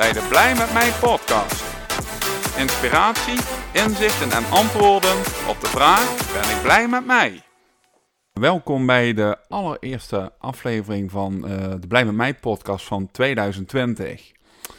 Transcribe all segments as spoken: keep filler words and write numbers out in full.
bij de Blij Met Mij podcast. Inspiratie, inzichten en antwoorden op de vraag: ben ik blij met mij? Welkom bij de allereerste aflevering van uh, de Blij Met Mij podcast van tweeduizend twintig.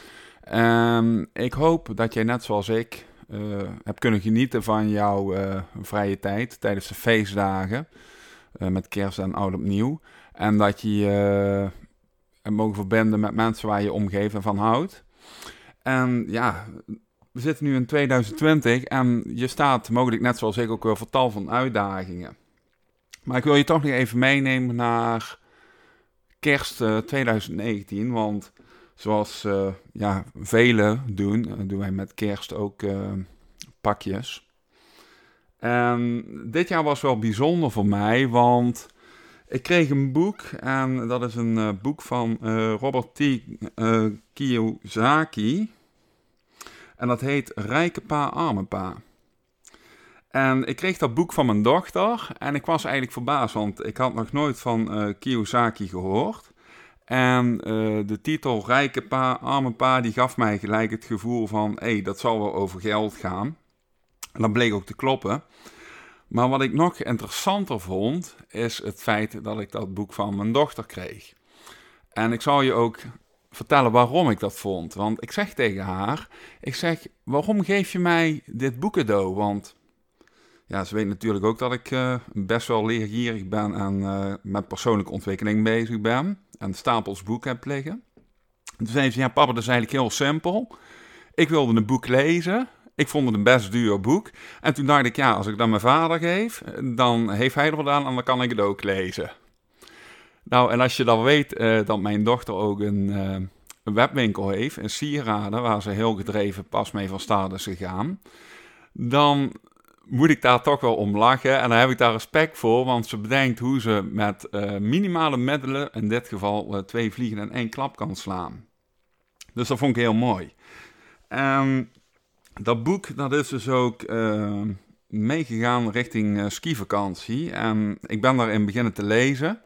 Um, ik hoop dat jij net zoals ik uh, hebt kunnen genieten van jouw uh, vrije tijd tijdens de feestdagen uh, met kerst en oud opnieuw. En dat je je uh, mogen verbinden met mensen waar je omgeving van houdt. En ja, we zitten nu in tweeduizend twintig en je staat mogelijk net zoals ik ook wel voor tal van uitdagingen. Maar ik wil je toch nog even meenemen naar kerst uh, tweeduizend negentien, want zoals uh, ja, velen doen, uh, doen wij met kerst ook uh, pakjes. En dit jaar was wel bijzonder voor mij, want ik kreeg een boek en dat is een uh, boek van uh, Robert T. Uh, Kiyosaki. En dat heet Rijke Pa, Arme Pa. En ik kreeg dat boek van mijn dochter en ik was eigenlijk verbaasd, want ik had nog nooit van uh, Kiyosaki gehoord. En uh, de titel Rijke Pa, Arme Pa, die gaf mij gelijk het gevoel van, hé, hey, dat zal wel over geld gaan. En dat bleek ook te kloppen. Maar wat ik nog interessanter vond, is het feit dat ik dat boek van mijn dochter kreeg. En ik zal je ook vertellen waarom ik dat vond. Want ik zeg tegen haar, ik zeg, waarom geef je mij dit boek cadeau? Want ja, ze weet natuurlijk ook dat ik uh, best wel leergierig ben en uh, met persoonlijke ontwikkeling bezig ben. En stapels boek heb liggen. Toen zei ze, ja papa, dat is eigenlijk heel simpel. Ik wilde een boek lezen. Ik vond het een best duur boek. En toen dacht ik, ja, als ik dat mijn vader geef, dan heeft hij er wat aan en dan kan ik het ook lezen. Nou, en als je dan weet uh, dat mijn dochter ook een, uh, een webwinkel heeft, een sieraden, waar ze heel gedreven pas mee van start is gegaan, dan moet ik daar toch wel om lachen en dan heb ik daar respect voor, want ze bedenkt hoe ze met uh, minimale middelen, in dit geval uh, twee vliegen in één klap kan slaan. Dus dat vond ik heel mooi. En dat boek, dat is dus ook uh, meegegaan richting uh, skivakantie en ik ben daarin beginnen te lezen.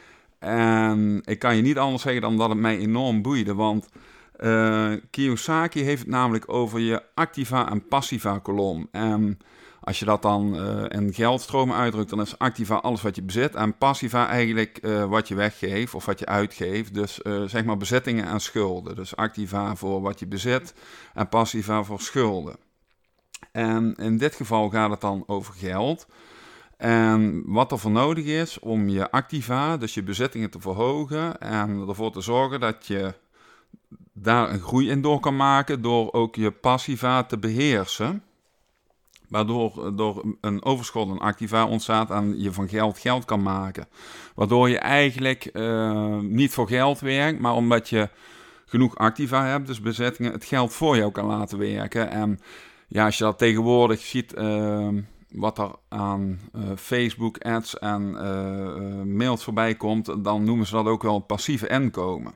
En ik kan je niet anders zeggen dan dat het mij enorm boeide, want uh, Kiyosaki heeft het namelijk over je activa en passiva kolom. En als je dat dan uh, in geldstromen uitdrukt, dan is activa alles wat je bezit en passiva eigenlijk uh, wat je weggeeft of wat je uitgeeft. Dus uh, zeg maar bezittingen en schulden. Dus activa voor wat je bezit en passiva voor schulden. En in dit geval gaat het dan over geld. En wat er voor nodig is om je activa, dus je bezittingen te verhogen en ervoor te zorgen dat je daar een groei in door kan maken door ook je passiva te beheersen. Waardoor door een overschot aan activa ontstaat en je van geld geld kan maken. Waardoor je eigenlijk uh, niet voor geld werkt, maar omdat je genoeg activa hebt, dus bezittingen, het geld voor jou kan laten werken. En ja, als je dat tegenwoordig ziet, uh, wat er aan uh, Facebook ads en uh, uh, mails voorbij komt, dan noemen ze dat ook wel passieve inkomen.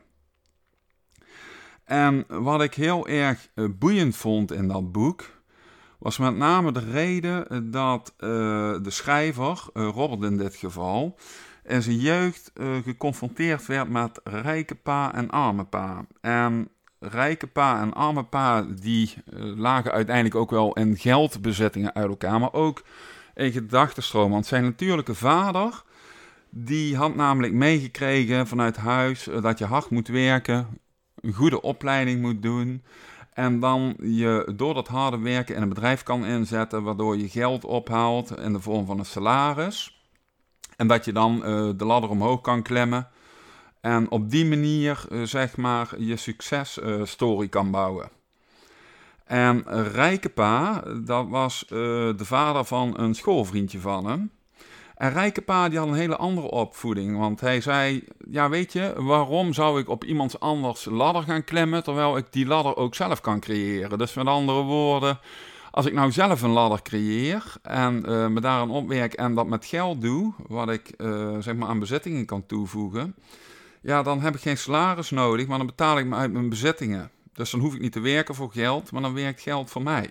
En wat ik heel erg uh, boeiend vond in dat boek, was met name de reden dat uh, de schrijver, uh, Robert in dit geval, in zijn jeugd uh, geconfronteerd werd met rijke pa en arme pa. En rijke pa en arme pa, die uh, lagen uiteindelijk ook wel in geldbezittingen uit elkaar, maar ook in gedachtenstroom. Want zijn natuurlijke vader, die had namelijk meegekregen vanuit huis uh, dat je hard moet werken, een goede opleiding moet doen en dan je door dat harde werken in een bedrijf kan inzetten, waardoor je geld ophaalt in de vorm van een salaris. En dat je dan uh, de ladder omhoog kan klemmen. En op die manier, uh, zeg maar, je successtory uh, kan bouwen. En uh, rijke pa, dat was uh, de vader van een schoolvriendje van hem. En rijke pa, die had een hele andere opvoeding. Want hij zei, ja weet je, waarom zou ik op iemands anders ladder gaan klemmen, terwijl ik die ladder ook zelf kan creëren. Dus met andere woorden, als ik nou zelf een ladder creëer en uh, me daaraan opwerk en dat met geld doe, wat ik uh, zeg maar aan bezittingen kan toevoegen, ja, dan heb ik geen salaris nodig, maar dan betaal ik me uit mijn bezittingen. Dus dan hoef ik niet te werken voor geld, maar dan werkt geld voor mij.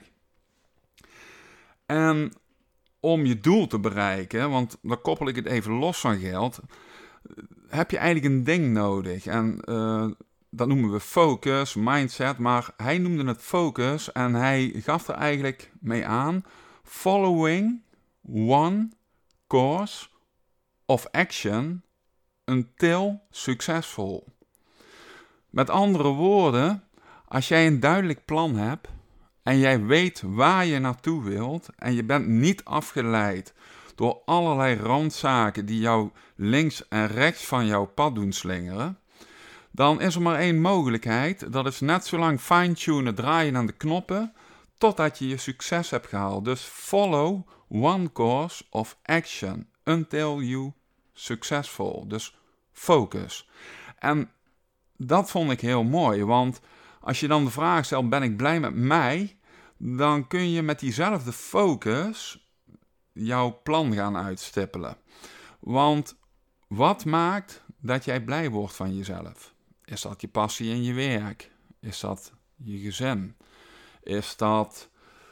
En om je doel te bereiken, want dan koppel ik het even los van geld, heb je eigenlijk een ding nodig. En uh, dat noemen we focus, mindset, maar hij noemde het focus en hij gaf er eigenlijk mee aan: following one course of action until successful. Met andere woorden, als jij een duidelijk plan hebt en jij weet waar je naartoe wilt en je bent niet afgeleid door allerlei randzaken die jou links en rechts van jouw pad doen slingeren, dan is er maar één mogelijkheid. Dat is net zo lang fine-tunen, draaien aan de knoppen, totdat je je succes hebt gehaald. Dus follow one course of action until you successful. Dus focus. En dat vond ik heel mooi, want als je dan de vraag stelt, ben ik blij met mij? Dan kun je met diezelfde focus jouw plan gaan uitstippelen. Want wat maakt dat jij blij wordt van jezelf? Is dat je passie in je werk? Is dat je gezin? Is dat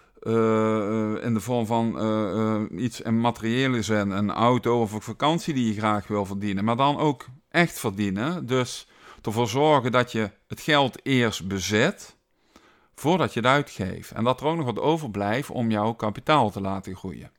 uh, in de vorm van uh, uh, iets in materiële zin, een auto of een vakantie die je graag wil verdienen, maar dan ook echt verdienen? Dus ervoor zorgen dat je het geld eerst bezit voordat je het uitgeeft. En dat er ook nog wat overblijft om jouw kapitaal te laten groeien.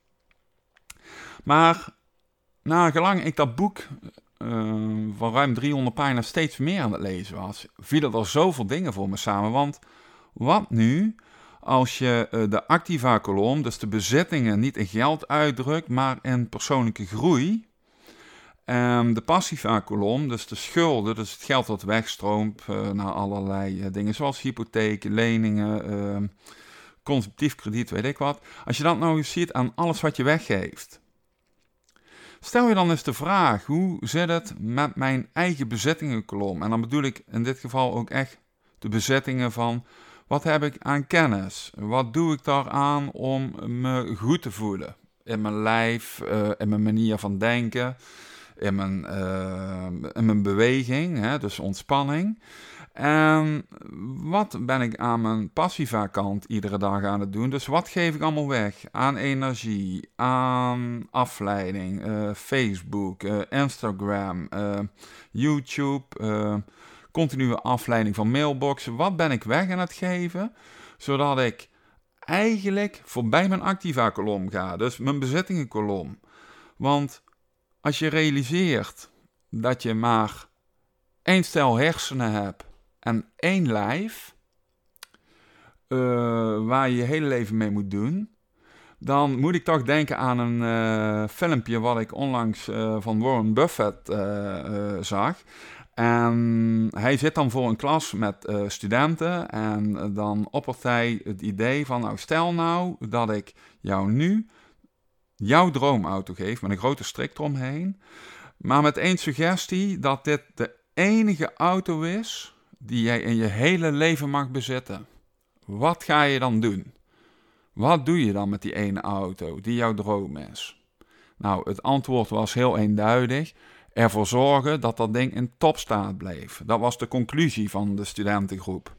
Maar na gelang ik dat boek uh, van ruim driehonderd pagina's steeds meer aan het lezen was, vielen er zoveel dingen voor me samen. Want wat nu als je uh, de activa-kolom, dus de bezittingen, niet in geld uitdrukt, maar in persoonlijke groei? Um, de passiva-kolom, dus de schulden, dus het geld dat wegstroomt uh, naar allerlei uh, dingen, zoals hypotheek, leningen, uh, consumptief krediet, weet ik wat. Als je dat nou eens ziet aan alles wat je weggeeft. Stel je dan eens de vraag, hoe zit het met mijn eigen bezittingenkolom? En dan bedoel ik in dit geval ook echt de bezittingen van, wat heb ik aan kennis? Wat doe ik daaraan om me goed te voelen? In mijn lijf, uh, in mijn manier van denken, in mijn, uh, in mijn beweging, hè, dus ontspanning. En wat ben ik aan mijn passiva kant iedere dag aan het doen? Dus wat geef ik allemaal weg aan energie, aan afleiding, uh, Facebook, uh, Instagram, uh, YouTube, uh, continue afleiding van mailboxen. Wat ben ik weg aan het geven, zodat ik eigenlijk voorbij mijn activa-kolom ga, dus mijn bezittingenkolom. Want als je realiseert dat je maar één stel hersenen hebt en één lijf, uh, waar je je hele leven mee moet doen, dan moet ik toch denken aan een uh, filmpje wat ik onlangs uh, van Warren Buffett uh, uh, zag. En hij zit dan voor een klas met uh, studenten en uh, dan oppert hij het idee van, nou stel nou dat ik jou nu jouw droomauto geef met een grote strik eromheen, maar met één suggestie dat dit de enige auto is die jij in je hele leven mag bezitten. Wat ga je dan doen? Wat doe je dan met die ene auto die jouw droom is? Nou, het antwoord was heel eenduidig. Ervoor zorgen dat dat ding in topstaat bleef. Dat was de conclusie van de studentengroep.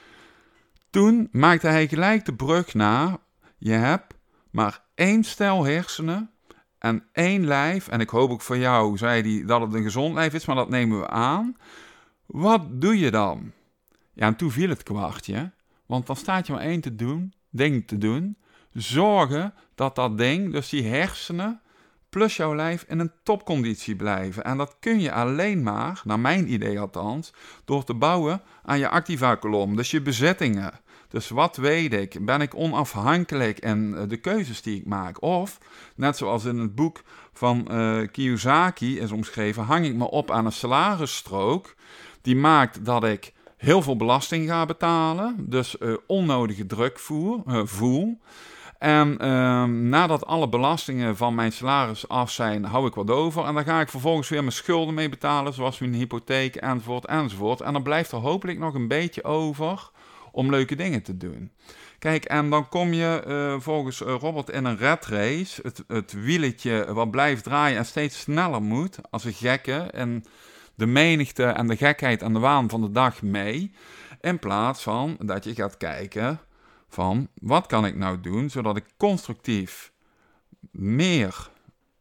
Toen maakte hij gelijk de brug naar, je hebt maar één stel hersenen en één lijf. En ik hoop ook voor jou, zei hij, dat het een gezond lijf is, maar dat nemen we aan. Wat doe je dan? Ja, en toen viel het kwartje. Want dan staat je maar één te doen, ding te doen. Zorgen dat dat ding, dus die hersenen, plus jouw lijf in een topconditie blijven. En dat kun je alleen maar, naar mijn idee althans, door te bouwen aan je activa-kolom, dus je bezittingen. Dus wat weet ik? Ben ik onafhankelijk in de keuzes die ik maak? Of, net zoals in het boek van uh, Kiyosaki is omschreven, hang ik me op aan een salarisstrook die maakt dat ik heel veel belasting ga betalen, dus uh, onnodige druk voer, uh, voel. En uh, nadat alle belastingen van mijn salaris af zijn, hou ik wat over. En dan ga ik vervolgens weer mijn schulden mee betalen, zoals mijn hypotheek, enzovoort, enzovoort. En dan blijft er hopelijk nog een beetje over om leuke dingen te doen. Kijk, en dan kom je uh, volgens uh, Robert in een rat race, het, het wieletje wat blijft draaien en steeds sneller moet, als een gekke, en de menigte en de gekheid en de waan van de dag mee, in plaats van dat je gaat kijken van, wat kan ik nou doen, zodat ik constructief meer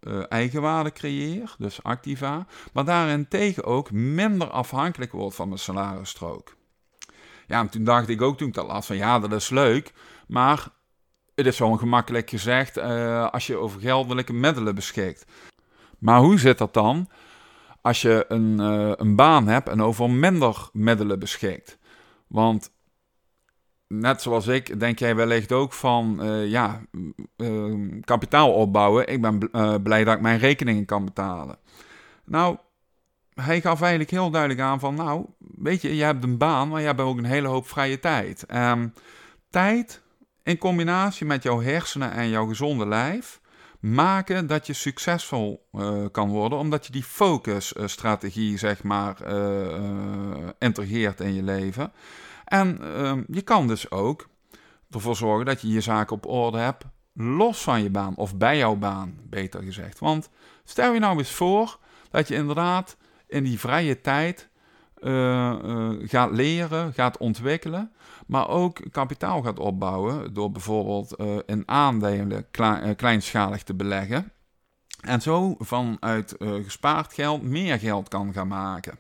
uh, eigenwaarde creëer, dus activa, maar daarentegen ook minder afhankelijk word van mijn salarisstrook. Ja, en toen dacht ik ook toen ik dat las van ja, dat is leuk, maar het is zo gemakkelijk gezegd uh, als je over geldelijke middelen beschikt. Maar hoe zit dat dan als je een, uh, een baan hebt en over minder middelen beschikt? Want net zoals ik, denk jij wellicht ook van, uh, ja, uh, kapitaal opbouwen. Ik ben uh, blij dat ik mijn rekeningen kan betalen. Nou, hij gaf eigenlijk heel duidelijk aan van, nou, weet je, je hebt een baan, maar je hebt ook een hele hoop vrije tijd. Um, tijd in combinatie met jouw hersenen en jouw gezonde lijf maken dat je succesvol uh, kan worden, omdat je die focusstrategie, uh, zeg maar, uh, uh, integreert in je leven. En uh, je kan dus ook ervoor zorgen dat je je zaken op orde hebt, los van je baan, of bij jouw baan, beter gezegd. Want stel je nou eens voor dat je inderdaad in die vrije tijd uh, uh, gaat leren, gaat ontwikkelen, maar ook kapitaal gaat opbouwen door bijvoorbeeld uh, in aandelen kle- uh, kleinschalig te beleggen. En zo vanuit uh, gespaard geld meer geld kan gaan maken.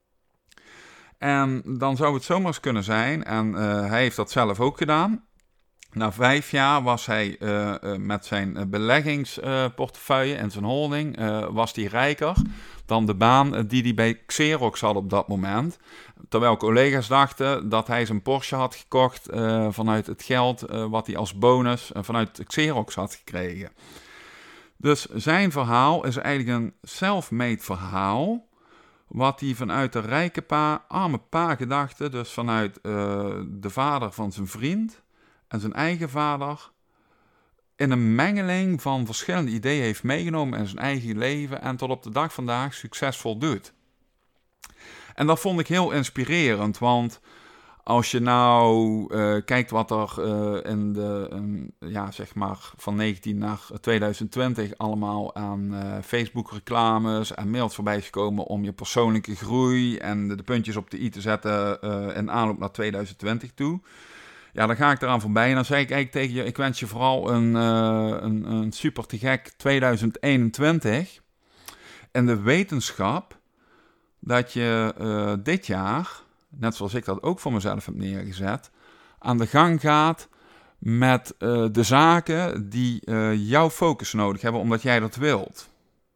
En dan zou het zomaar eens kunnen zijn, en uh, hij heeft dat zelf ook gedaan. Na vijf jaar was hij uh, uh, met zijn beleggingsportefeuille uh, en zijn holding, uh, was hij rijker dan de baan uh, die hij bij Xerox had op dat moment. Terwijl collega's dachten dat hij zijn Porsche had gekocht uh, vanuit het geld uh, wat hij als bonus uh, vanuit Xerox had gekregen. Dus zijn verhaal is eigenlijk een self-made verhaal, wat hij vanuit de rijke pa, arme pa gedachte, dus vanuit uh, de vader van zijn vriend en zijn eigen vader, in een mengeling van verschillende ideeën heeft meegenomen in zijn eigen leven en tot op de dag vandaag succesvol doet. En dat vond ik heel inspirerend, want als je nou uh, kijkt wat er uh, in de, um, ja, zeg maar van negentien naar tweeduizend twintig allemaal aan uh, Facebook-reclames en mails voorbij is gekomen om je persoonlijke groei en de, de puntjes op de i te zetten uh, in aanloop naar tweeduizend twintig toe. Ja, dan ga ik eraan voorbij en dan zeg ik eigenlijk tegen je, ik wens je vooral een, uh, een, een super te gek tweeduizend eenentwintig en de wetenschap dat je uh, dit jaar, net zoals ik dat ook voor mezelf heb neergezet, aan de gang gaat met uh, de zaken die uh, jouw focus nodig hebben, omdat jij dat wilt.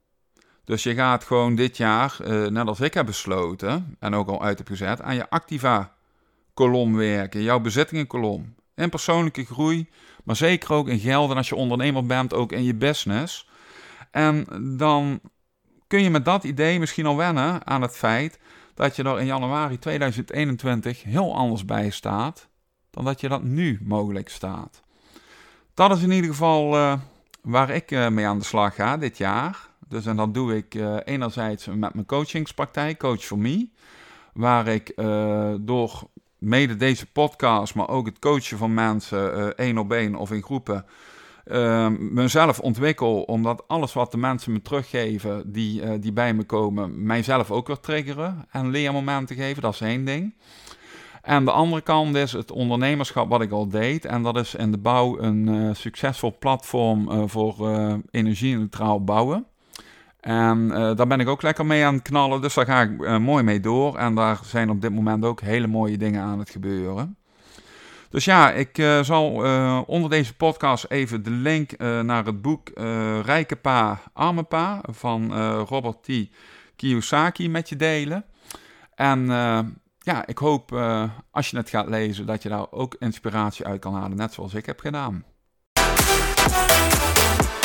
Dus je gaat gewoon dit jaar, uh, net als ik heb besloten, en ook al uit heb gezet, aan je Activa-kolom werken, jouw bezittingenkolom. In persoonlijke groei, maar zeker ook in geld en als je ondernemer bent, ook in je business. En dan kun je met dat idee misschien al wennen aan het feit dat je er in januari tweeduizend eenentwintig heel anders bij staat dan dat je dat nu mogelijk staat. Dat is in ieder geval uh, waar ik uh, mee aan de slag ga dit jaar. Dus en dat doe ik uh, enerzijds met mijn coachingspraktijk, Coach for Me, waar ik uh, door mede deze podcast, maar ook het coachen van mensen uh, één op één of in groepen, Uh, mezelf ontwikkel, omdat alles wat de mensen me teruggeven, die, uh, die bij me komen, mijzelf ook weer triggeren en leermomenten geven, dat is één ding. En de andere kant is het ondernemerschap wat ik al deed, en dat is in de bouw een uh, succesvol platform uh, voor uh, energie-neutraal bouwen. En uh, daar ben ik ook lekker mee aan het knallen, dus daar ga ik uh, mooi mee door en daar zijn op dit moment ook hele mooie dingen aan het gebeuren. Dus ja, ik uh, zal uh, onder deze podcast even de link uh, naar het boek uh, Rijke Pa, Arme Pa van uh, Robert T. Kiyosaki met je delen. En uh, ja, ik hoop uh, als je het gaat lezen dat je daar ook inspiratie uit kan halen, net zoals ik heb gedaan.